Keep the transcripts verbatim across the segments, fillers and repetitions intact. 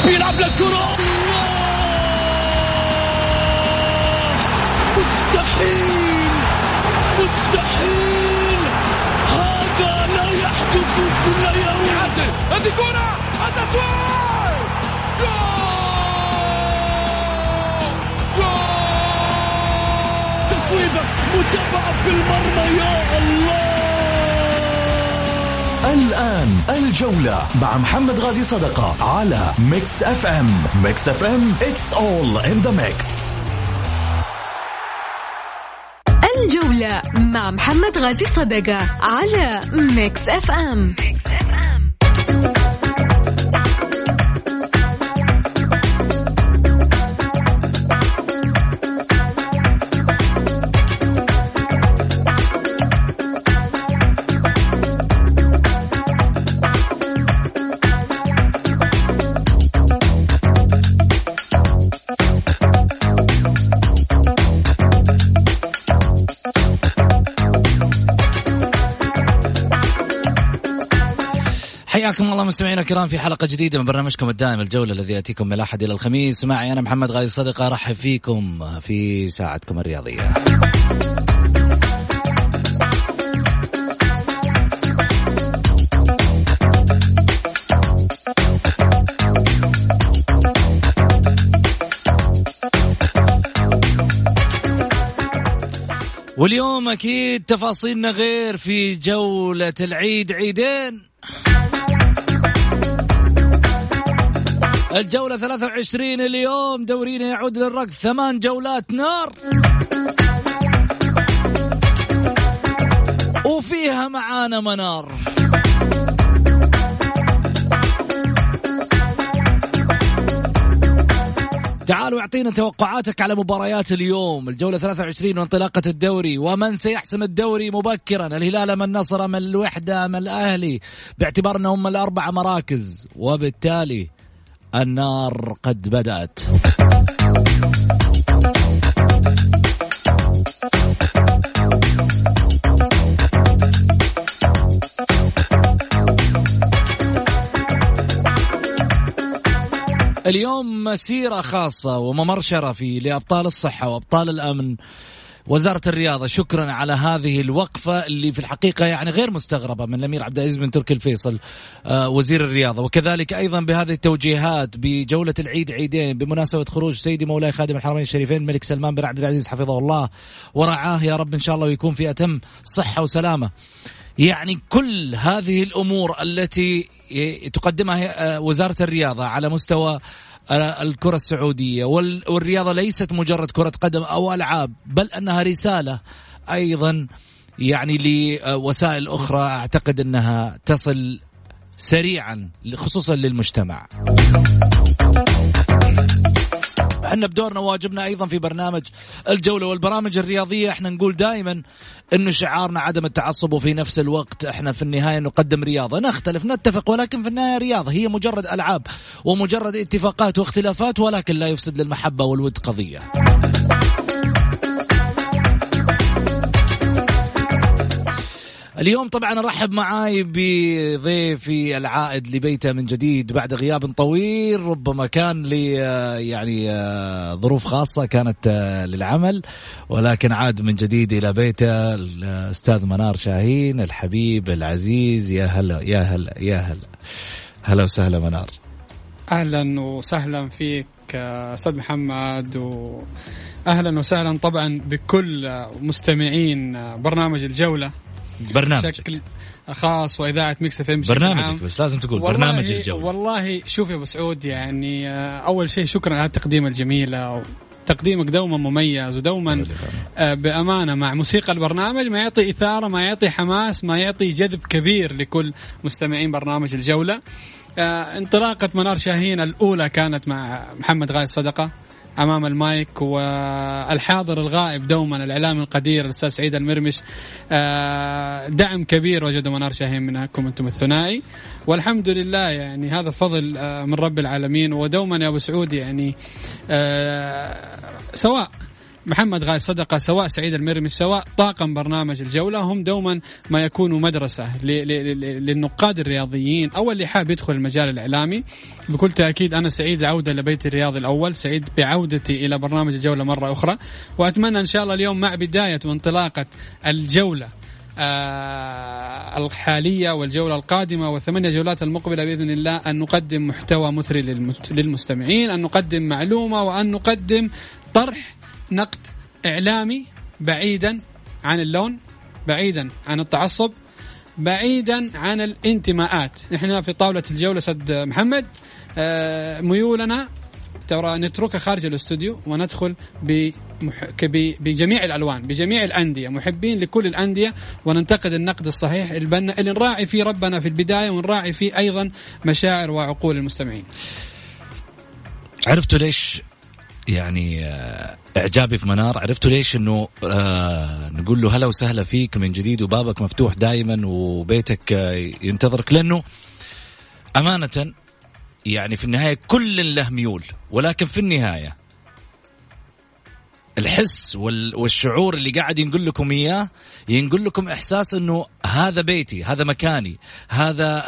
بيلعب للكرة، مستحيل مستحيل، هذا لا يحدث كل يوم. هذه كرة التسويق، جول جول، تسويبة متابعة في المرمى، يا الله. الآن الجولة مع محمد غازي صدقة على ميكس اف ام. ميكس اف ام it's all in the mix. الجولة مع محمد غازي صدقة على ميكس اف ام. حياكم الله مستمعينا الكرام في حلقة جديدة من برنامجكم الدائم الجولة الذي يأتيكم من الأحد إلى الخميس. معي أنا محمد غازي صدقة، أرحب فيكم في ساعتكم الرياضية. واليوم أكيد تفاصيلنا غير في جولة العيد عيدين. الجولة ثلاثة وعشرين اليوم، دورينا يعود للركض، ثمان جولات نار وفيها معانا منار. تعالوا اعطينا توقعاتك على مباريات اليوم، الجولة ثلاثة وعشرين وانطلاقة الدوري، ومن سيحسم الدوري مبكرا، الهلال من النصر من الوحدة من الأهلي، باعتبار أنهم الأربع مراكز، وبالتالي النار قد بدأت. اليوم مسيرة خاصة وممرشرة في لأبطال الصحة وأبطال الأمن. وزارة الرياضة شكرا على هذه الوقفة اللي في الحقيقة يعني غير مستغربة من الأمير عبد العزيز بن تركي الفيصل آه وزير الرياضة، وكذلك أيضا بهذه التوجيهات بجولة العيد عيدين بمناسبة خروج سيدي مولاي خادم الحرمين الشريفين الملك سلمان بن عبد العزيز حفظه الله ورعاه يا رب إن شاء الله، ويكون في أتم صحة وسلامة. يعني كل هذه الأمور التي تقدمها وزارة الرياضة على مستوى الكرة السعودية، والرياضة ليست مجرد كرة قدم أو ألعاب، بل أنها رسالة أيضا يعني لوسائل أخرى أعتقد أنها تصل سريعا خصوصا للمجتمع. احنا بدورنا واجبنا ايضا في برنامج الجولة والبرامج الرياضية، احنا نقول دائما انه شعارنا عدم التعصب، وفي نفس الوقت احنا في النهاية نقدم رياضة، نختلف نتفق ولكن في النهاية رياضة، هي مجرد ألعاب ومجرد اتفاقات واختلافات، ولكن لا يفسد للمحبة والود قضية. اليوم طبعا أرحب معاي بضيفي العائد لبيته من جديد بعد غياب طويل، ربما كان لي يعني ظروف خاصة كانت للعمل، ولكن عاد من جديد إلى بيته الأستاذ منار شاهين الحبيب العزيز. يا هلا يا هلا يا هلا هلا وسهلا منار. أهلا وسهلا فيك أستاذ محمد، وأهلا وسهلا طبعا بكل مستمعين برنامج الجولة برنامج بشكل خاص وإذاعة ميكس اف ام برنامجك، بس لازم تقول برنامج الجولة. والله شوف يا أبو سعود، يعني أول شيء شكرا على التقديم الجميلة، تقديمك دوما مميز ودوما بأمانة مع موسيقى البرنامج، ما يعطي إثارة، ما يعطي حماس، ما يعطي جذب كبير لكل مستمعين برنامج الجولة. انطلاقة منار شاهين الأولى كانت مع محمد غازي صدقة أمام المايك، والحاضر الغائب دوما الإعلام القدير الأستاذ سعيد المرمش. دعم كبير وجده منار شاهين منكم أنتم الثنائي، والحمد لله يعني هذا فضل من رب العالمين. ودوما يا أبو سعود يعني سواء محمد غازي صدقة سواء سعيد المرمش سواء طاقم برنامج الجولة هم دوما ما يكونوا مدرسة للنقاد الرياضيين أو اللي حاب يدخل المجال الإعلامي. بكل تأكيد أنا سعيد العودة لبيت الرياضي الأول، سعيد بعودتي إلى برنامج الجولة مرة أخرى، وأتمنى إن شاء الله اليوم مع بداية وانطلاقة الجولة آه الحالية والجولة القادمة والثمانية جولات المقبلة بإذن الله أن نقدم محتوى مثري للمستمعين، أن نقدم معلومة، وأن نقدم طرح نقد إعلامي بعيدا عن اللون، بعيدا عن التعصب، بعيدا عن الانتماءات. نحن في طاولة الجولة سد محمد آه ميولنا ترى نتركها خارج الاستوديو وندخل بمح... بجميع الألوان، بجميع الأندية، محبين لكل الأندية، وننتقد النقد الصحيح البناء اللي نراعي فيه ربنا في البداية ونراعي فيه أيضا مشاعر وعقول المستمعين. عرفتوا ليش يعني إعجابي في منار؟ عرفتوا ليش إنه آه نقول له هلا وسهلا فيك من جديد وبابك مفتوح دائما وبيتك ينتظرك؟ لأنه أمانة يعني في النهاية كل له ميول، ولكن في النهاية الحس والشعور اللي قاعد ينقل لكم إياه ينقل لكم إحساس إنه هذا بيتي، هذا مكاني، هذا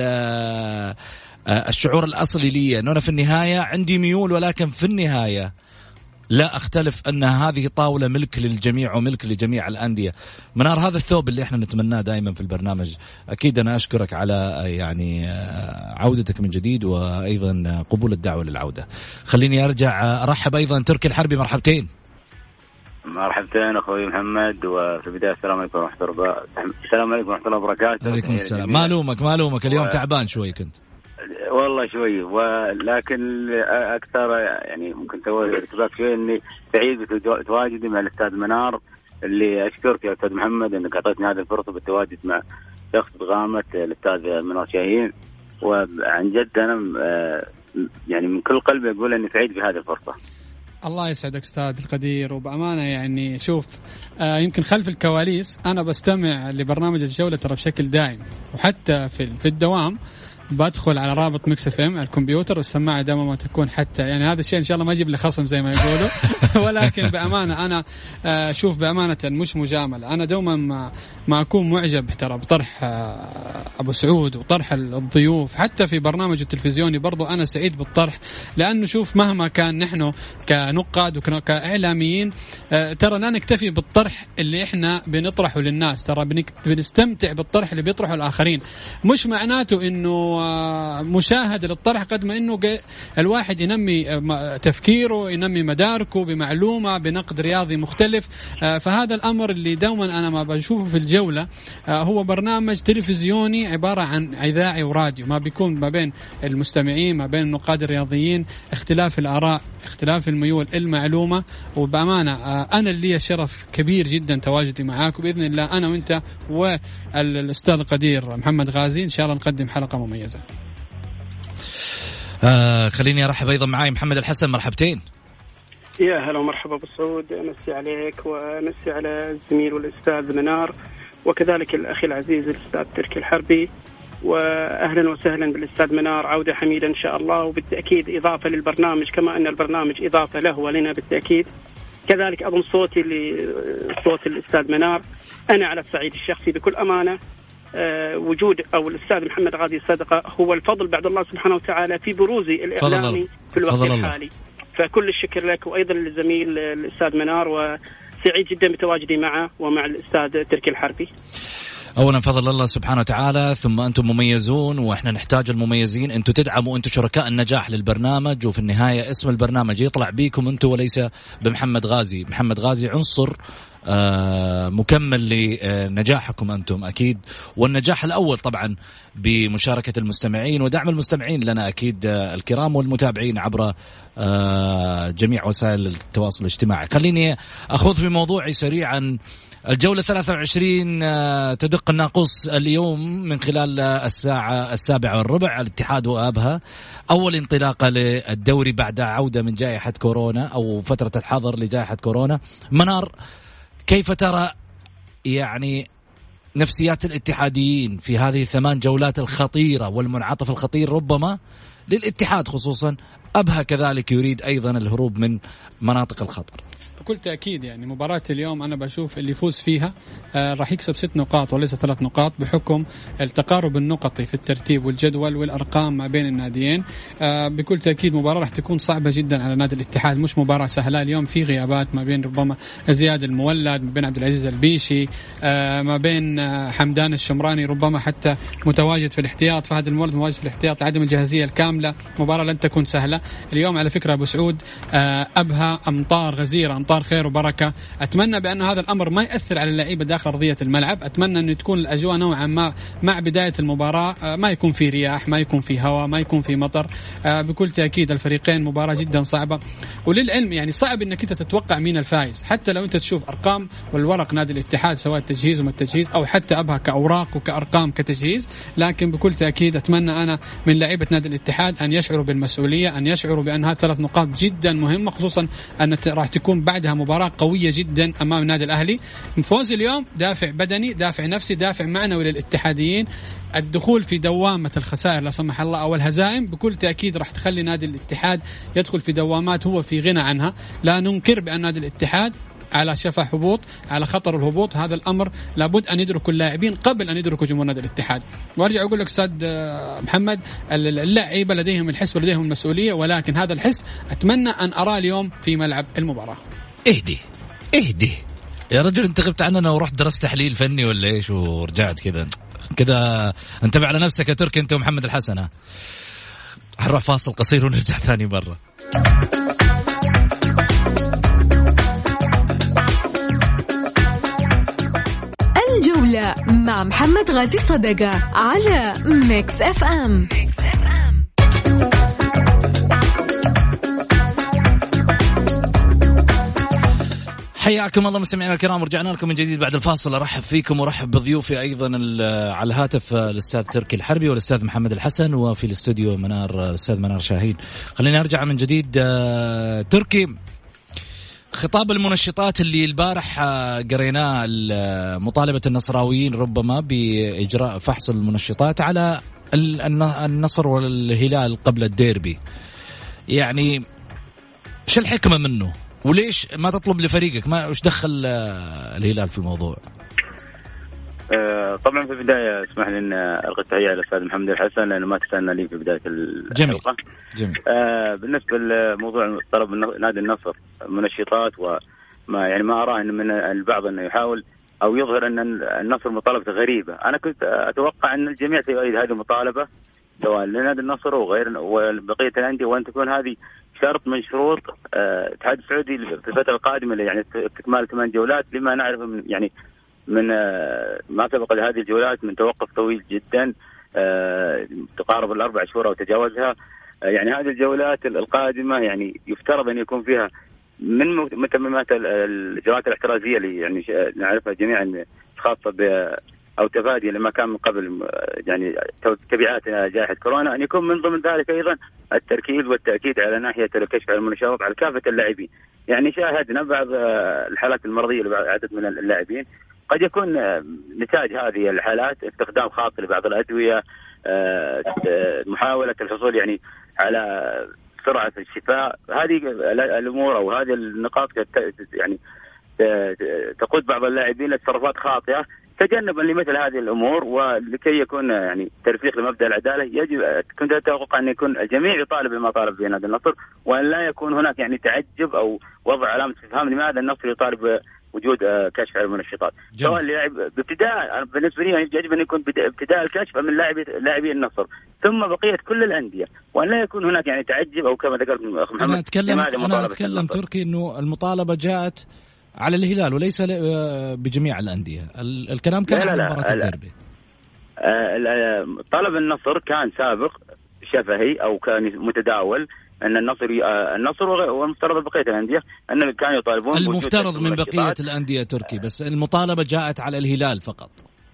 الشعور الأصلي لي، إنه أنا في النهاية عندي ميول، ولكن في النهاية لا أختلف أن هذه طاولة ملك للجميع وملك لجميع الأندية. منار، هذا الثوب اللي احنا نتمناه دائما في البرنامج. أكيد أنا أشكرك على يعني عودتك من جديد وأيضا قبول الدعوة للعودة. خليني أرجع أرحب أيضا تركي الحربي، مرحبتين. مرحبتين أخوي محمد، وفي البداية السلام عليكم ورحمة الله السلام عليكم ورحمة الله وبركاته. عليكم السلام. ما لومك ما لومك اليوم و... تعبان شوي كنت والله شوي، ولكن أكثر يعني ممكن تقول ارتباك شوي إني سعيد بتواجدي مع الأستاذ منار، اللي أشكرك يا أستاذ محمد إنك أعطيتني هذه الفرصة بالتواجد مع شخص ضغامة الأستاذ منار شاهين، وعن جد أنا يعني من كل قلبي أقول إني سعيد بهذه الفرصة. الله يسعدك أستاذ القدير، وبأمانة يعني شوف آه يمكن خلف الكواليس أنا بستمع لبرنامج الجولة ترى بشكل دائم، وحتى في في الدوام بدخل على رابط ميكس اف ام على الكمبيوتر والسماعه دائما ما تكون، حتى يعني هذا الشيء ان شاء الله ما يجيب لي خصم زي ما يقولوا ولكن بامانه انا اشوف بامانه مش مجامله، انا دوما ما, ما اكون معجب ترى بطرح ابو سعود وطرح الضيوف، حتى في برنامج التلفزيوني برضو انا سعيد بالطرح، لانه شوف مهما كان نحن كنقاد وكاعلاميين ترى لا نكتفي بالطرح اللي احنا بنطرحه للناس، ترى بنستمتع بالطرح اللي بيطرحه الاخرين. مش معناته انه مشاهد للطرح قد ما انه الواحد ينمي تفكيره، ينمي مداركه بمعلومه بنقد رياضي مختلف. فهذا الامر اللي دوما انا ما بشوفه في الجوله هو برنامج تلفزيوني عباره عن اذاعي وراديو، ما بيكون ما بين المستمعين ما بين النقاد الرياضيين اختلاف الاراء اختلاف الميول المعلومه. وبامانه انا اللي شرف كبير جدا تواجدي معاكم، باذن الله انا وانت والاستاذ القدير محمد غازي ان شاء الله نقدم حلقه مميزه. آه خليني ارحب ايضا معاي محمد الحسن، مرحبتين. يا هلا ومرحبا ابو سعود، امسي عليك وامسي على الزميل والاستاذ منار، وكذلك الاخي العزيز الاستاذ تركي الحربي، واهلا وسهلا بالاستاذ منار، عوده حميده ان شاء الله، وبالتاكيد اضافه للبرنامج كما ان البرنامج اضافه له ولنا بالتاكيد. كذلك اضم صوتي لصوت الاستاذ منار. انا على الصعيد الشخصي بكل امانه أه وجود او الاستاذ محمد غازي صدقه هو الفضل بعد الله سبحانه وتعالى في بروزي الاعلامي في الوقت الحالي، فكل الشكر لك، وايضا للزميل الاستاذ منار، وسعيد جدا بتواجدي معه ومع الاستاذ تركي الحربي. أولا فضل الله سبحانه وتعالى، ثم أنتم مميزون وإحنا نحتاج المميزين، أنتم تدعموا، أنتم شركاء النجاح للبرنامج، وفي النهاية اسم البرنامج يطلع بيكم أنتم وليس بمحمد غازي. محمد غازي عنصر آه مكمل لنجاحكم أنتم أكيد، والنجاح الأول طبعا بمشاركة المستمعين ودعم المستمعين لنا أكيد آه الكرام والمتابعين عبر آه جميع وسائل التواصل الاجتماعي. خليني أخوض في موضوعي سريعا. الجولة ثلاثة وعشرين تدق الناقوس اليوم من خلال الساعة السابعة والربع، الاتحاد وأبها أول انطلاقة للدوري بعد عودة من جائحة كورونا أو فترة الحظر لجائحة كورونا. منار، كيف ترى يعني نفسيات الاتحاديين في هذه الثمان جولات الخطيرة والمنعطف الخطير ربما للاتحاد خصوصا؟ أبها كذلك يريد أيضا الهروب من مناطق الخطر. بكل تأكيد يعني مباراة اليوم أنا بشوف اللي يفوز فيها آه راح يكسب ست نقاط وليس ثلاث نقاط بحكم التقارب النقطي في الترتيب والجدول والأرقام ما بين الناديين. آه بكل تأكيد مباراة راح تكون صعبة جدا على نادي الاتحاد، مش مباراة سهلة. اليوم في غيابات ما بين ربما زياد المولد، ما بين عبد العزيز البيشي، آه ما بين آه حمدان الشمراني ربما حتى متواجد في الاحتياط، فهد المولد متواجد في الاحتياط، عدم الجاهزية الكاملة. مباراة لن تكون سهلة اليوم على فكرة أبو سعود. آه أبها أمطار غزيرة، أمطار خير وبركة. أتمنى بأن هذا الأمر ما يأثر على اللعيبة داخل أرضية الملعب. أتمنى أن تكون الأجواء نوعا ما مع بداية المباراة آه ما يكون في رياح، ما يكون في هواء، ما يكون في مطر. آه بكل تأكيد الفريقين مباراة جدا صعبة، وللعلم يعني صعب أنك أنت تتوقع مين الفائز، حتى لو أنت تشوف أرقام والورق نادي الاتحاد سواء التجهيز وما التجهيز أو حتى أبها كأوراق وكأرقام كتجهيز. لكن بكل تأكيد أتمنى أنا من لعيبة نادي الاتحاد أن يشعروا بالمسؤولية، أن يشعروا بأن هذه ثلاث نقاط جدا مهمة، خصوصا أن راح تكون بعدها مباراة قوية جدا أمام النادي الأهلي. فوز اليوم دافع بدني، دافع نفسي، دافع معنوي للاتحاديين. الدخول في دوامة الخسائر لا سمح الله أو الهزائم بكل تأكيد راح تخلي نادي الاتحاد يدخل في دوامات هو في غنى عنها. لا ننكر بأن نادي الاتحاد على شفا هبوط، على خطر الهبوط. هذا الأمر لابد أن يدركه اللاعبين قبل أن يدركوا جمهور نادي الاتحاد. وارجع أقول لك أستاذ محمد، اللاعبين لديهم الحس ولديهم المسؤولية، ولكن هذا الحس أتمنى أن أراه اليوم في ملعب المباراة. اهدي اهدي يا رجل، انت غبت عننا ورحت درست تحليل فني ولا ايش ورجعت كذا كذا؟ انتبه على نفسك يا تركي انت ومحمد الحسن. ها هنروح فاصل قصير ونرجع ثاني مرة. الجولة مع محمد غازي صدقة على ميكس اف ام. حياكم الله مستمعينا الكرام، ورجعنا لكم من جديد بعد الفاصل. ارحب فيكم ورحب بضيوفي ايضا على الهاتف الاستاذ تركي الحربي والاستاذ محمد الحسن، وفي الاستوديو منار الاستاذ منار شاهين. خلينا نرجع من جديد. تركي، خطاب المنشطات اللي البارح قريناه مطالبة النصراويين ربما بإجراء فحص المنشطات على النصر والهلال قبل الديربي، يعني شو الحكمة منه؟ وليش ما تطلب لفريقك؟ ما وش دخل الهلال في الموضوع؟ أه طبعا في البداية اسمح لي أن ألقي التحية على الأستاذ محمد الحسن لأنه ما تسألنا لي في بداية الحلقة. جميل. جميل. أه بالنسبة لموضوع طلب نادي النصر منشطات، وما يعني ما أراه أن من البعض أنه يحاول أو يظهر أن النصر مطالبة غريبة. أنا كنت أتوقع أن الجميع سيؤيد هذه المطالبة سواء لنادي النصر وغير وبقية الأندية، وأن تكون هذه شرط من شروط الاتحاد أه السعودي في الفترة القادمة، يعني استكمال ثمان جولات لما نعرف من يعني من ما سبق لهذه الجولات من توقف طويل جدا تقارب الأربع شهور أو تجاوزها. يعني هذه الجولات القادمة يعني يفترض أن يكون فيها من متممات الإجراءات الاحترازية اللي يعني نعرفها جميعا خاصة ب أو تفادي لما كان من قبل يعني تبعات جائحة كورونا، أن يكون من ضمن ذلك أيضا التركيز والتأكيد على ناحية الكشف على المنشطات على كافة اللاعبين. يعني شاهدنا بعض الحالات المرضية لعدد من اللاعبين، قد يكون نتاج هذه الحالات استخدام خاطئ لبعض الأدوية، محاولة الحصول يعني على سرعة الشفاء. هذه الأمور أو هذه النقاط يعني تقود بعض اللاعبين لتصرفات خاطئة تجنبا لمثل هذه الأمور، ولكي يكون يعني ترفيق لمبدأ العدالة يجب كنت أتوقع أن يكون الجميع يطالب بما طالب به نادي النصر، وأن لا يكون هناك يعني تعجب أو وضع علامة استفهام لماذا النصر يطالب وجود كشف على المنشطات. سواء اللاعب بابتداء بالنسبة لي يجب أن يكون ابتداء الكشف من لاعبي لاعبي النصر ثم بقية كل الأندية، وأن لا يكون هناك يعني تعجب أو كما ذكرت أخ محمد. أنا أتكلم أنا أتكلم تركي إنه المطالبة جاءت على الهلال وليس بجميع الأندية. الكلام كان عن مباراة الديربي. طلب النصر كان سابق شفهي أو كان متداول أن النصر النصر والمفترض بقية الأندية أن كانوا يطالبون المفترض من بقية الأندية تركي، بس المطالبة جاءت على الهلال فقط.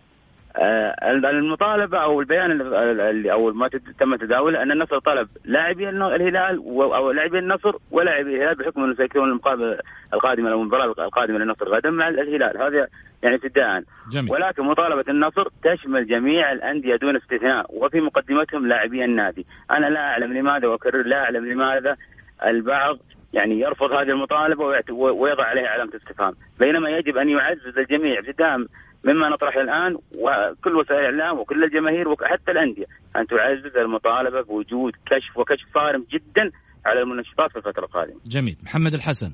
المطالبة أو البيان اللي أول ما تم تداوله أن النصر طلب لاعبي الهلال أو لاعبي النصر ولاعبي الهلال بحكم أنه سيكون المقابلة القادمة أو المباراة القادمة للنصر غدا مع الهلال. هذا يعني ابتداء، ولكن مطالبة النصر تشمل جميع الأندية دون استثناء وفي مقدمتهم لاعبي النادي. أنا لا أعلم لماذا وأكرر لا أعلم لماذا البعض يعني يرفض هذه المطالبة ويضع عليها علامة استفهام، بينما يجب أن يعزز الجميع ابتداء مما نطرح الآن وكل وسائل الإعلام وكل الجماهير وحتى الأندية أن تعزز المطالبة بوجود كشف وكشف صارم جدا على المنشطات في الفترة القادمة. جميل. محمد الحسن.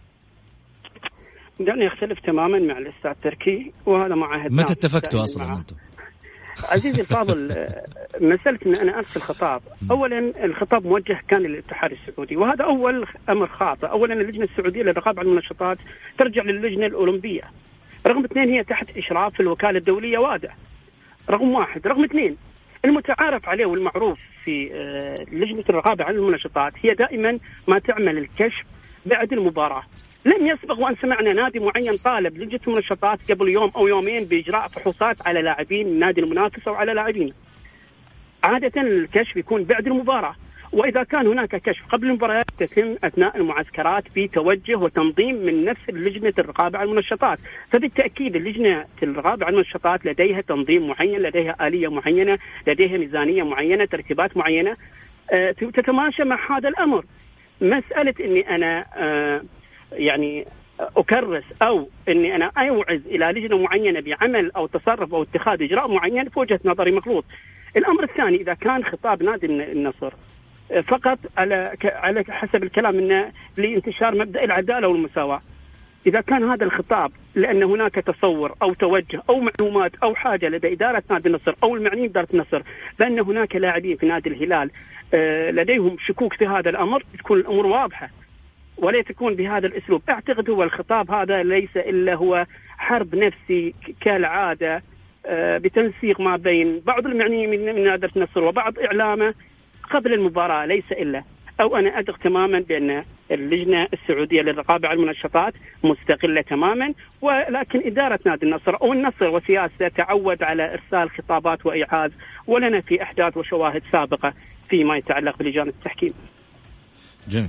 دعني أختلف تماما مع الأستاذ تركي، وهذا ما عهدناه. متى اتفقتوا أصلا أنتم؟ عزيزي الفاضل، مسألة أن أنا أرسل خطاب، أولا الخطاب موجه كان للاتحاد السعودي، وهذا أول أمر خاطئ. أولا اللجنة السعودية للرقابة على المنشطات ترجع للجنة الأولمبية. رقم اثنين هي تحت إشراف الوكالة الدولية وادع. رقم واحد. رقم اثنين المتعارف عليه والمعروف في لجنة الرقابة على المنشطات هي دائما ما تعمل الكشف بعد المباراة. لم يسبق وأن سمعنا نادي معين طالب لجنة المنشطات قبل يوم أو يومين بإجراء فحوصات على لاعبين النادي المنافس أو على لاعبين. عادة الكشف يكون بعد المباراة، وإذا كان هناك كشف قبل المباريات تتم أثناء المعسكرات بتوجه وتنظيم من نفس لجنة الرقابة على المنشطات. فبالتأكيد اللجنة الرقابة على المنشطات لديها تنظيم معين، لديها آلية معينة، لديها ميزانية معينة، ترتيبات معينة تتماشى مع هذا الأمر. مسألة أني أنا يعني أكرس أو أني أنا أوعز إلى لجنة معينة بعمل أو تصرف أو اتخاذ إجراء معين في وجهة نظري مخلوط. الأمر الثاني، إذا كان خطاب نادي النصر فقط على على حسب الكلام إنه لانتشار مبدأ العدالة والمساواة، إذا كان هذا الخطاب لأن هناك تصور أو توجه أو معلومات أو حاجة لدى إدارة نادي النصر أو المعنيين بإدارة النصر بأن هناك لاعبين في نادي الهلال لديهم شكوك في هذا الأمر، تكون الأمور واضحة ولا تكون بهذا الأسلوب. أعتقد هو الخطاب هذا ليس إلا هو حرب نفسي كالعادة بتنسيق ما بين بعض المعنيين من نادي النصر وبعض إعلامه قبل المباراة، ليس إلا. أو أنا أدرك تماما بأن اللجنة السعودية للرقابة على المنشطات مستقلة تماما، ولكن إدارة نادي النصر أو النصر وسياسة تعود على إرسال خطابات وإيعاز، ولنا في أحداث وشواهد سابقة فيما يتعلق بلجان التحكيم. جميل.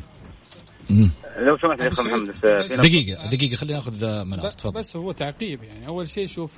لو سمحت يا أخي محمد دقيقة دقيقة خلينا نأخذ منار. تفضل. بس هو تعقيب يعني. أول شيء شوف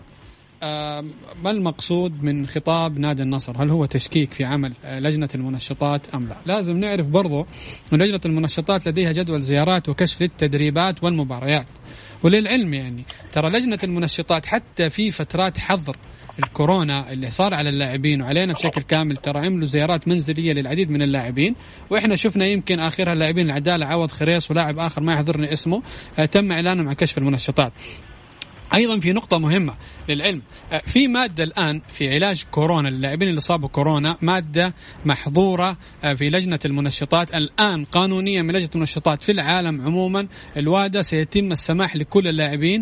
ما المقصود من خطاب نادي النصر؟ هل هو تشكيك في عمل لجنة المنشطات أم لا؟ لازم نعرف برضو أن لجنة المنشطات لديها جدول زيارات وكشف للتدريبات والمباريات. وللعلم يعني ترى لجنة المنشطات حتى في فترات حظر الكورونا اللي صار على اللاعبين وعلينا بشكل كامل ترى عملوا زيارات منزلية للعديد من اللاعبين، وإحنا شفنا يمكن آخرها اللاعبين العدالة عوض خريص ولاعب آخر ما يحضرني اسمه تم إعلانه مع كشف المنشطات. أيضا في نقطة مهمة للعلم، في مادة الآن في علاج كورونا للاعبين اللي صابوا كورونا، مادة محظورة في لجنة المنشطات الآن قانونيا من لجنة المنشطات في العالم عموما. الوادة سيتم السماح لكل اللاعبين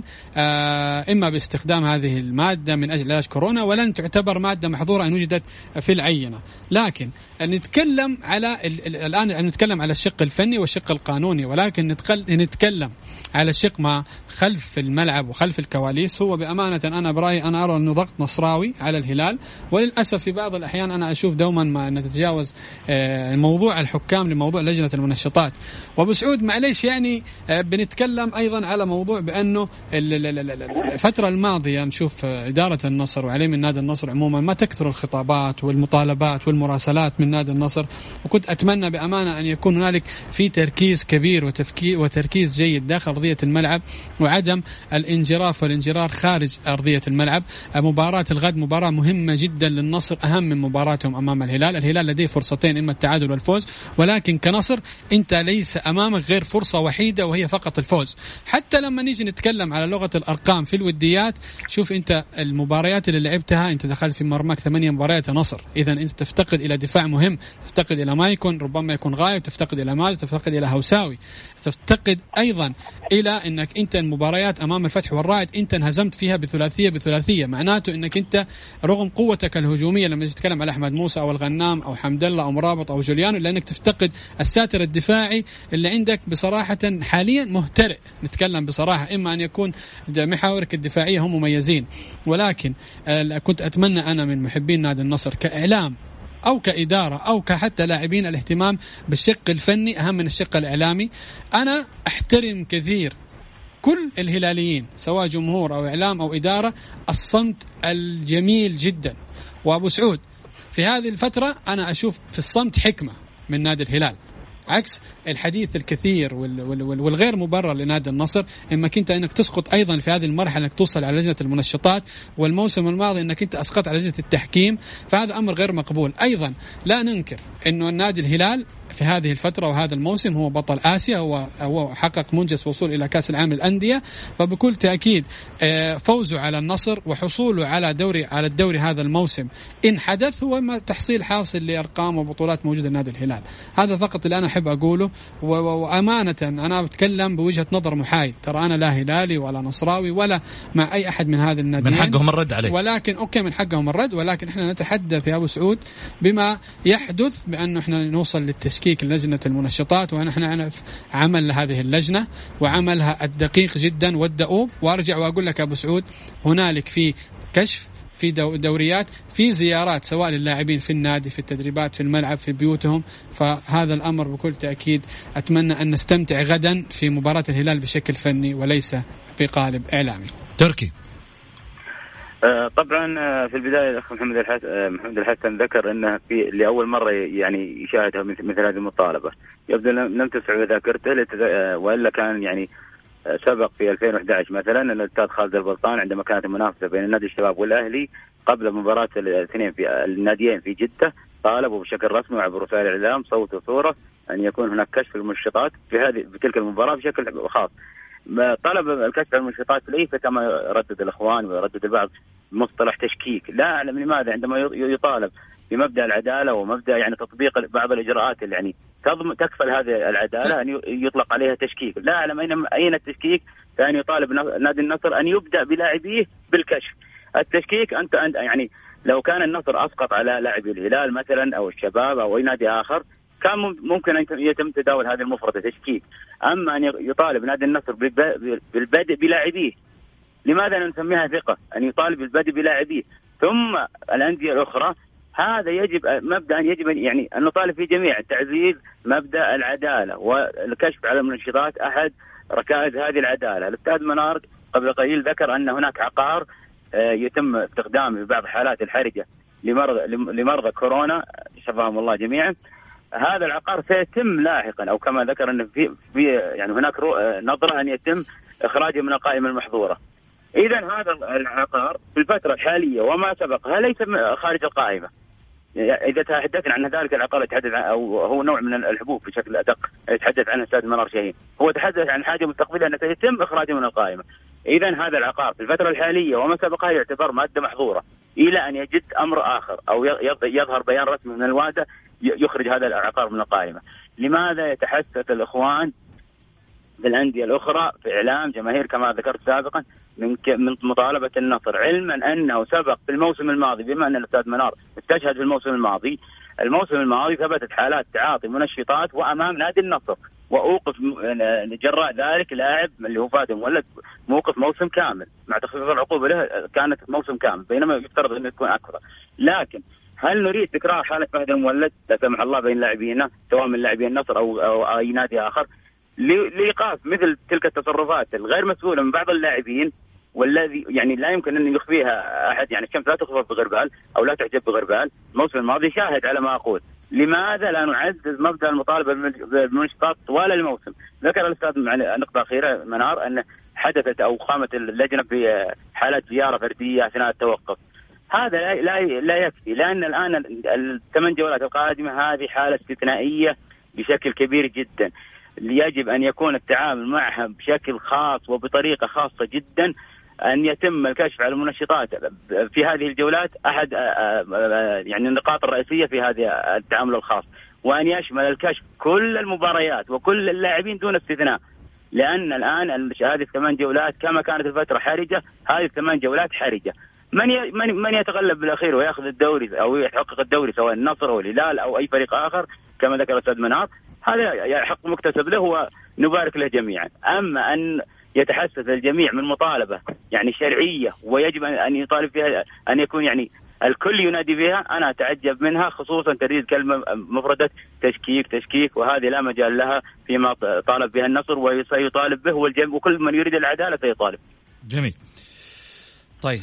إما باستخدام هذه المادة من أجل علاج كورونا، ولن تعتبر مادة محظورة إن وجدت في العينة. لكن نتكلم على الآن نتكلم على الشق الفني والشق القانوني، ولكن نتكلم على الشق ما خلف الملعب وخلف الكواليس. هو بأمانة أنا برأيي أنا أرى أنه ضغط نصراوي على الهلال، وللأسف في بعض الأحيان أنا أشوف دوما ما نتجاوز موضوع الحكام لموضوع لجنة المنشطات. وأبو سعود معليش يعني بنتكلم أيضا على موضوع بأنه الفترة الماضية نشوف إدارة النصر وعليه من نادي النصر عموما ما تكثر الخطابات والمطالبات والمراسلات من نادي النصر، وكنت أتمنى بأمانة أن يكون هنالك في تركيز كبير وتفكير وتركيز جيد داخل أرضية الملعب وعدم الانجراف والانجرار خارج أرضية الملعب. مباراة الغد مباراة مهمة جدا للنصر، أهم من مباراتهم أمام الهلال. الهلال لديه فرصتين، إما التعادل والفوز، ولكن كنصر أنت ليس أمامك غير فرصة وحيدة وهي فقط الفوز. حتى لما نيجي نتكلم على لغة الأرقام في الوديات، شوف أنت المباريات اللي لعبتها أنت دخلت في مرماك ثمانية مباريات نصر، إذا أنت تفتقد إلى دفاع مهم، تفتقد إلى مايكون ربما يكون غايب، تفتقد إلى مال، تفتقد إلى هوساوي، تفتقد أيضا إلى أنك أنت المباريات أمام الفتح والرائد أنت انهزمت فيها بثلاثية بثلاثية. معناته أنك أنت رغم قوتك الهجومية لما تتكلم على أحمد موسى أو الغنام أو حمد الله أو مرابط أو جوليانو، لأنك تفتقد الساتر الدفاعي اللي عندك بصراحة حاليا مهترئ. نتكلم بصراحة، إما أن يكون محاورك الدفاعية هم مميزين، ولكن كنت أتمنى أنا من محبين نادي النصر كإعلام أو كإدارة أو كحتى لاعبين الاهتمام بالشق الفني أهم من الشق الإعلامي. أنا أحترم كثير كل الهلاليين سواء جمهور أو إعلام أو إدارة، الصمت الجميل جدا. وأبو سعود في هذه الفترة أنا أشوف في الصمت حكمة من نادي الهلال، عكس الحديث الكثير والغير مبرر لنادي النصر إما كنت أنك تسقط أيضا في هذه المرحلة أنك توصل على لجنة المنشطات، والموسم الماضي أنك أنت أسقط على لجنة التحكيم، فهذا أمر غير مقبول. أيضا لا ننكر أنه النادي الهلال في هذه الفترة وهذا الموسم هو بطل آسيا، هو هو حقق منجز وصول إلى كأس العالم للأندية، فبكل تأكيد فوزه على النصر وحصوله على دوري على الدوري هذا الموسم إن حدث هو ما تحصيل حاصل لأرقام وبطولات موجودة النادي الهلال. هذا فقط اللي أنا أحب أقوله، وأمانة أنا بتكلم بوجهة نظر محايد، ترى أنا لا هلالي ولا نصراوي ولا مع أي أحد من هذا الناديين، من حقهم الرد عليه، ولكن أوكي من حقهم الرد، ولكن إحنا نتحدث يا أبو سعود بما يحدث بأنه إحنا نوصل للتشكيك لجنة المنشطات، ونحن نعرف عمل هذه اللجنة وعملها الدقيق جدا والدؤوب. وأرجع وأقول لك أبو سعود هنالك في كشف، في دوريات، في زيارات سواء للاعبين في النادي، في التدريبات، في الملعب، في بيوتهم، فهذا الأمر بكل تأكيد أتمنى أن نستمتع غدا في مباراة الهلال بشكل فني وليس بقالب إعلامي. تركي طبعا في البداية الأخ محمد الحسن محمد الحسن ذكر أنه في لأول مرة يعني يشاهد مثل هذه المطالبة، يبدو لم تسع ذاكرته، وإلا كان يعني سبق في ألفين وأحد عشر مثلا الأستاذ خالد البلطان عندما كانت المنافسة بين النادي الشباب والأهلي قبل مباراة الاثنين في الناديين في جدة، طالبوا بشكل رسمي وعبر وسائل الإعلام صوت وصورة أن يكون هناك كشف المنشطات في هذه في تلك المباراة بشكل خاص. طلب الكشف عن المنشطات ليس كما ردد الإخوان ويردد البعض مصطلح تشكيك، لا أعلم لماذا عندما يطالب بمبدأ العدالة ومبدأ يعني تطبيق بعض الإجراءات اللي يعني تكفل هذه العدالة أن يطلق عليها تشكيك، لا أعلم أين أين التشكيك. كان يطالب نادي النصر أن يبدأ بلاعبيه بالكشف. التشكيك أنت يعني لو كان النصر أسقط على لاعبي الهلال مثلا أو الشباب أو أي نادي آخر كان ممكن أن يتم تداول هذه المفردة تشكيك، أما أن يطالب نادي النصر بالبدء بلاعبيه، لماذا نسميها ثقة؟ أن يطالب بالبدء بلاعبيه ثم الأندية الأخرى، هذا يجب مبدأ يجب يعني أن نطالب في جميع تعزيز مبدأ العدالة والكشف على المنشطات أحد ركائز هذه العدالة. الأستاذ منار قبل قليل ذكر أن هناك عقار يتم استخدامه في بعض حالات الحرجة لمرضى لمرضى كورونا شفاهم الله جميعا. هذا العقار سيتم لاحقا، أو كما ذكر أن في, في يعني هناك نظرة أن يتم إخراجه من القائمة المحظورة. إذن هذا العقار في الفترة الحالية وما سبقها ليس خارج القائمة. إذا تحدثنا عن ذلك العقار يتحدث عن أو هو نوع من الحبوب بشكل أدق يتحدث عنه الأستاذ منار شاهين، هو تحدث عن حاجة مستقبلية أن سيتم إخراجه من القائمة. إذن هذا العقار في الفترة الحالية وما سبقها يعتبر مادة محظورة إلى أن يجد أمر آخر أو يظهر بيان رسمي من الوادة يخرج هذا العقار من القائمة. لماذا يتحسس الإخوان بالأندية الأخرى في إعلام جماهير كما ذكرت سابقا من من مطالبة النصر، علما أنه سبق في الموسم الماضي، بما أن الأستاذ منار استشهد في الموسم الماضي الموسم الماضي ثبتت حالات تعاطي منشطات وأمام نادي النصر، وأوقف جراء ذلك لاعب اللي هو فادي مولد موقف موسم كامل مع تخفيف العقوبة له كانت موسم كامل، بينما يفترض أنه تكون أكثر. لكن هل نريد تكرار حالة فهد المولد لا سمح الله بين لاعبينا سواء من لاعبي النصر أو, أو أي نادي آخر لإيقاف مثل تلك التصرفات الغير مسؤولة من بعض اللاعبين، والذي يعني لا يمكن أن يخفيها أحد. يعني الشمس لا تخفر بغربال أو لا تحجب بغربال. الموسم الماضي شاهد على ما أقول. لماذا لا نعزز مبدأ المطالبة بالمنشطات طوال الموسم؟ ذكر الأستاذ نقطة أخيرة منار أن حدثت أو قامت اللجنة بحالة زيارة فردية أثناء التوقف. هذا لا لا, لا يكفي، لأن الآن الثمان جولات القادمة هذه حالة استثنائية بشكل كبير جدا، يجب أن يكون التعامل معها بشكل خاص وبطريقة خاصة جدا، أن يتم الكشف على المنشطات في هذه الجولات أحد يعني النقاط الرئيسية في هذا التعامل الخاص، وأن يشمل الكشف كل المباريات وكل اللاعبين دون استثناء، لأن الآن هذه الثمان جولات كما كانت الفترة حرجة، هذه الثمان جولات حرجة. من من من يتغلب بالأخير ويأخذ الدوري أو يحقق الدوري سواء النصر أو الهلال أو أي فريق آخر كما ذكر الأستاذ منار، هذا حق مكتسب له ونبارك له جميعا. أما أن يتحسس الجميع من مطالبة يعني شرعية ويجب أن يطالب فيها أن يكون يعني الكل ينادي بها، أنا أتعجب منها، خصوصا ترديد كلمة مفردة تشكيك تشكيك، وهذه لا مجال لها فيما طالب بها النصر وسيطالب به والجميع، وكل من يريد العدالة سيطالب. جميل. طيب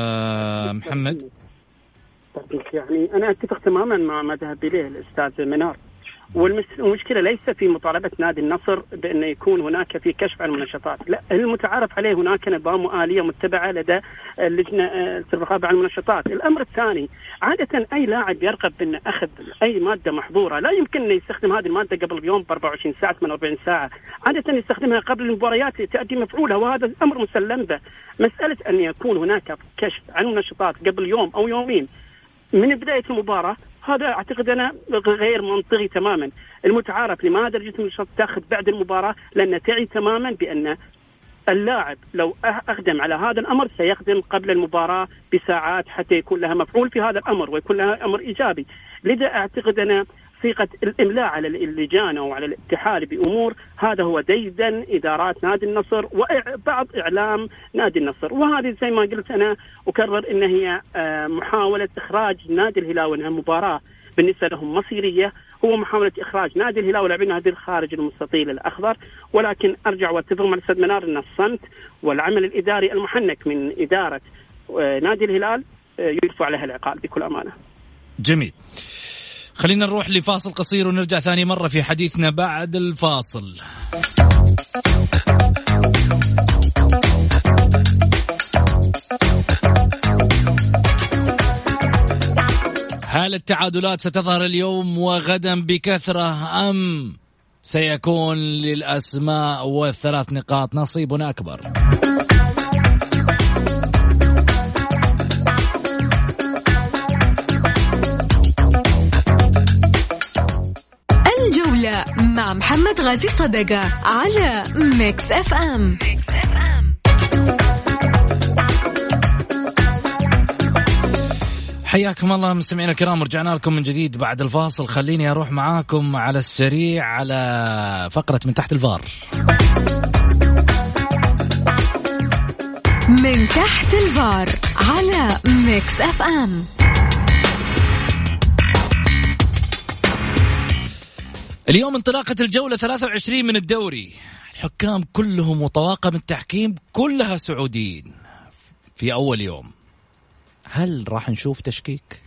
آه محمد. يعني أنا أتفق تماما مع ما ذهب إليه الأستاذ منار، والمشكلة ليس في مطالبة نادي النصر بأن يكون هناك في كشف عن المنشطات، لا، المتعارف عليه هناك نظام وآلية متبعة لدى اللجنة الرقابة على المنشطات. الأمر الثاني، عادة أي لاعب يرغب بأن أخذ أي مادة محظورة لا يمكن أن يستخدم هذه المادة قبل اليوم ب أربعة وعشرين ساعة من أربعين ساعة، عادة يستخدمها قبل المباريات لتأدي مفعولها، وهذا أمر مسلم به. مسألة أن يكون هناك كشف عن المنشطات قبل يوم أو يومين من بداية المباراة، هذا أعتقد أنا غير منطقي تماما. المتعارف لماذا لجنة المنشطات تأخذ بعد المباراة؟ لأن تعي تماما بأن اللاعب لو أخدم على هذا الأمر سيخدم قبل المباراة بساعات حتى يكون لها مفعول في هذا الأمر ويكون لها أمر إيجابي. لذا أعتقد أنا صيغة الإملاء على اللجان أو على الاتحاد بأمور، هذا هو ديدن إدارات نادي النصر وبعض إعلام نادي النصر، وهذه زي ما قلت أنا أكرر إن هي محاولة إخراج نادي الهلال من المباراة بالنسبة لهم مصيرية، هو محاولة إخراج نادي الهلال ولاعبين نادي الخارج المستطيل الأخضر. ولكن أرجع وأتفق مع الأستاذ منار أن الصمت والعمل الإداري المحنك من إدارة نادي الهلال يرفع عليها العقاب بكل أمانة. جميل، خلينا نروح لفاصل قصير ونرجع ثاني مرة في حديثنا بعد الفاصل. هل التعادلات ستظهر اليوم وغدا بكثرة أم سيكون للأسماء والثلاث نقاط نصيب أكبر؟ الجولة مع محمد غازي صدقة على ميكس اف ام. حياكم الله مستمعينا الكرام، رجعنا لكم من جديد بعد الفاصل. خليني أروح معاكم على السريع على فقرة من تحت الفار. من تحت الفار على ميكس اف ام. اليوم انطلاقة الجولة ثلاثة وعشرين من الدوري، الحكام كلهم وطواقم التحكيم كلها سعوديين في أول يوم. هل راح نشوف تشكيك؟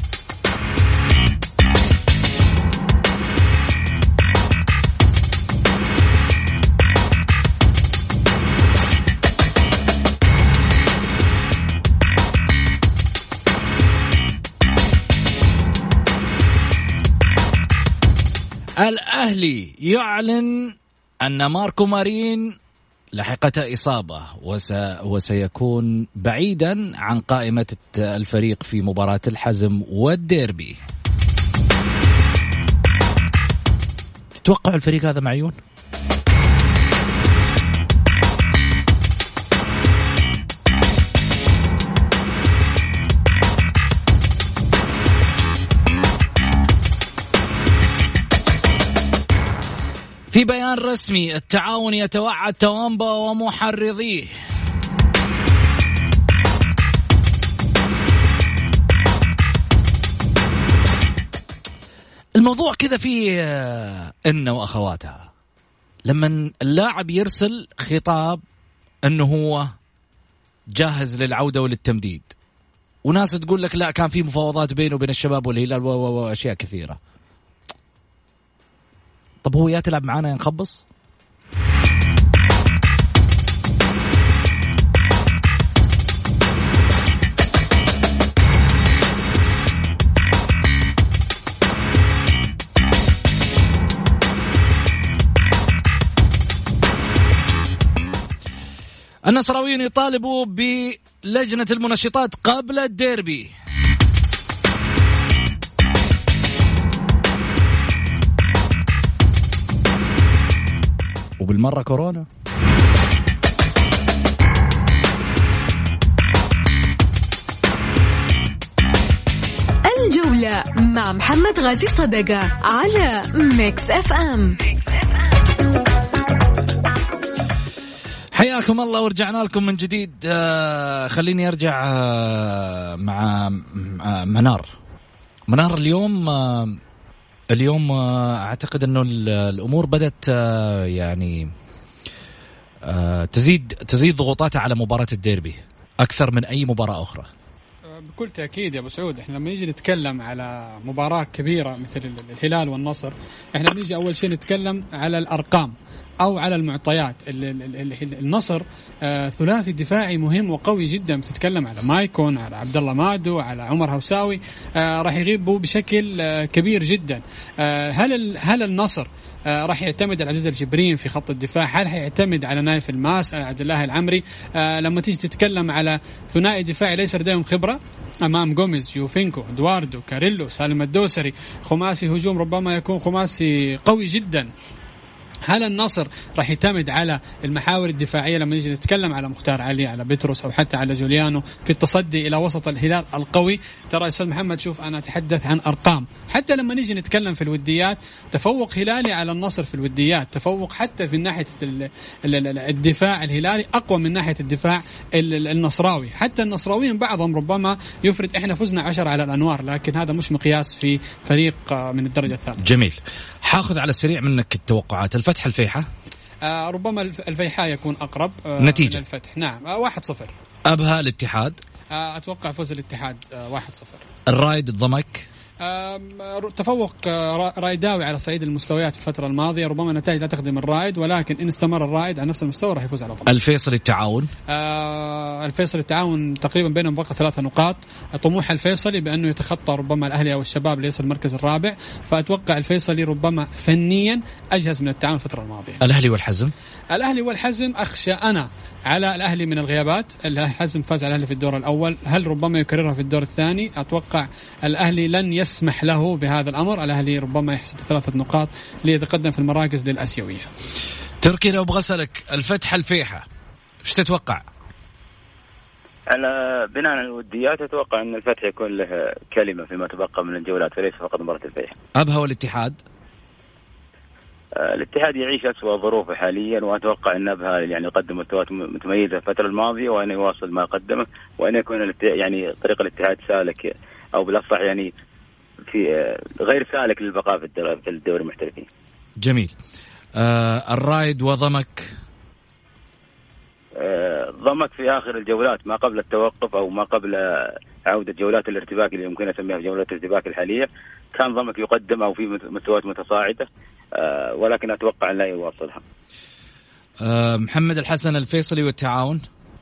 الأهلي يعلن أن ماركو مارين لحقته إصابة وس... وسيكون بعيدا عن قائمة الفريق في مباراة الحزم والديربي. تتوقع الفريق هذا معيون؟ في بيان رسمي، التعاون يتوعد توامبا ومحرضيه. الموضوع كذا فيه إن وأخواتها، لما اللاعب يرسل خطاب أنه هو جاهز للعودة وللتمديد، وناس تقول لك لا كان في مفاوضات بينه وبين الشباب والهلال وأشياء كثيرة. طب هو يا تلعب معانا ينخبص؟ النصراويين يطالبوا بلجنة المنشطات قبل الديربي. وبالمرة كورونا. الجولة مع محمد غازي صدقة على ميكس اف ام. حياكم الله ورجعنا لكم من جديد. آه خليني أرجع آه مع آه منار منار اليوم آه اليوم أعتقد أنه الأمور بدأت يعني تزيد تزيد ضغوطاتها على مباراة الديربي أكثر من أي مباراة أخرى. بكل تأكيد يا أبو سعود. إحنا لما نيجي نتكلم على مباراة كبيرة مثل الهلال والنصر، إحنا نيجي أول شيء نتكلم على الأرقام أو على المعطيات. النصر ثلاثي دفاعي مهم وقوي جدا، بتتكلم على مايكون، على عبد الله مادو، على عمر هوساوي، راح يغيبوا بشكل كبير جدا. هل هل النصر راح يعتمد على عزيز الجبرين في خط الدفاع؟ هل هيعتمد على نايف الماس، عبد الله العمري؟ لما تيجي تتكلم على ثنائي دفاعي ليس لديهم خبرة أمام جوميز، جوفينكو، إدواردو، كاريلو، سالم الدوسري، خماسي هجوم ربما يكون خماسي قوي جدا. هل النصر راح يعتمد على المحاور الدفاعية لما نيجي نتكلم على مختار علي، على بيتروس، أو حتى على جوليانو في التصدي إلى وسط الهلال القوي؟ ترى أستاذ محمد شوف، أنا أتحدث عن أرقام. حتى لما نيجي نتكلم في الوديات، تفوق هلالي على النصر في الوديات، تفوق حتى في ناحية الدفاع الهلالي أقوى من ناحية الدفاع النصراوي. حتى النصراويين بعضهم ربما يفرد إحنا فزنا عشرة على الأنوار، لكن هذا مش مقياس في فريق من الدرجة الثالثة. جميل. حاخذ على السريع منك التوقعات. الفتح الفيحة؟ آه ربما الفيحاء يكون أقرب آه نتيجة الفتح. نعم آه واحد صفر. أبها الاتحاد؟ آه أتوقع فوز الاتحاد آه واحد صفر. الرايد الضمك؟ آه تفوق آه رايداوي على صعيد المستويات في الفترة الماضية، ربما نتائج لا تخدم الرائد، ولكن إن استمر الرائد على نفس المستوى راح يفوز على ضمك. الفيصل التعاون؟ آه الفيصل التعاون تقريبا بينهم بقى ثلاثة نقاط. طموح الفيصلي بأنه يتخطى ربما الأهلي أو الشباب ليصل المركز الرابع، فأتوقع الفيصلي ربما فنيا أجهز من التعاون الفترة الماضية. الأهلي والحزم؟ الأهلي والحزم أخشى أنا على الأهلي من الغيابات. الحزم فاز على الأهلي في الدور الأول، هل ربما يكررها في الدور الثاني؟ أتوقع الأهلي لن يسمح له بهذا الأمر. الأهلي ربما يحصد ثلاثة نقاط ليتقدم في المراكز للأسيوية. تركي لو أبغى أسألك، الفتح الفيحة إيش تتوقع؟ أنا بناء على الوديات أتوقع أن الفتح يكون له كلمة فيما تبقى من الجولات، فليس فقط مباراة الفيحة. أبها والاتحاد؟ الاتحاد يعيش أسوأ ظروفه حاليا، وأتوقع أن أبها يعني يقدم مستويات متميزة الفترة الماضية، وأن يواصل ما قدمه، وأن يكون يعني طريق الاتحاد سالك، أو بالأصح يعني في غير سالك للبقاء في الدوري المحترفين. جميل. آه الرايد وضمك؟ آه ضمك في آخر الجولات ما قبل التوقف أو ما قبل عودة جولات الارتباك اللي يمكن أسميها جولات الارتباك الحالية، كان ضمك يقدم أو في مستويات متصاعدة، أه ولكن أتوقع أن لا يواصلها. أه محمد الحسن، الفيصلي والتعاون؟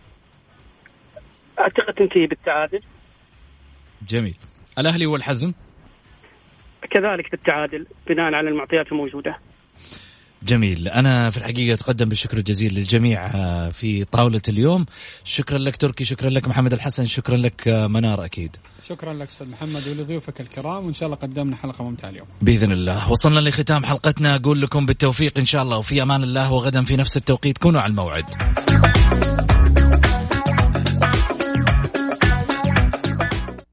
أعتقد تنتهي بالتعادل. جميل. الأهلي والحزم؟ كذلك بالتعادل بناء على المعطيات الموجودة. جميل. أنا في الحقيقة أتقدم بالشكر الجزيل للجميع في طاولة اليوم. شكرا لك تركي، شكرا لك محمد الحسن، شكرا لك منار. أكيد شكرا لك أستاذ محمد ولضيوفك الكرام، وإن شاء الله قدمنا حلقة ممتعة اليوم بإذن الله. وصلنا لختام حلقتنا، أقول لكم بالتوفيق إن شاء الله، وفي أمان الله، وغدا في نفس التوقيت كونوا على الموعد.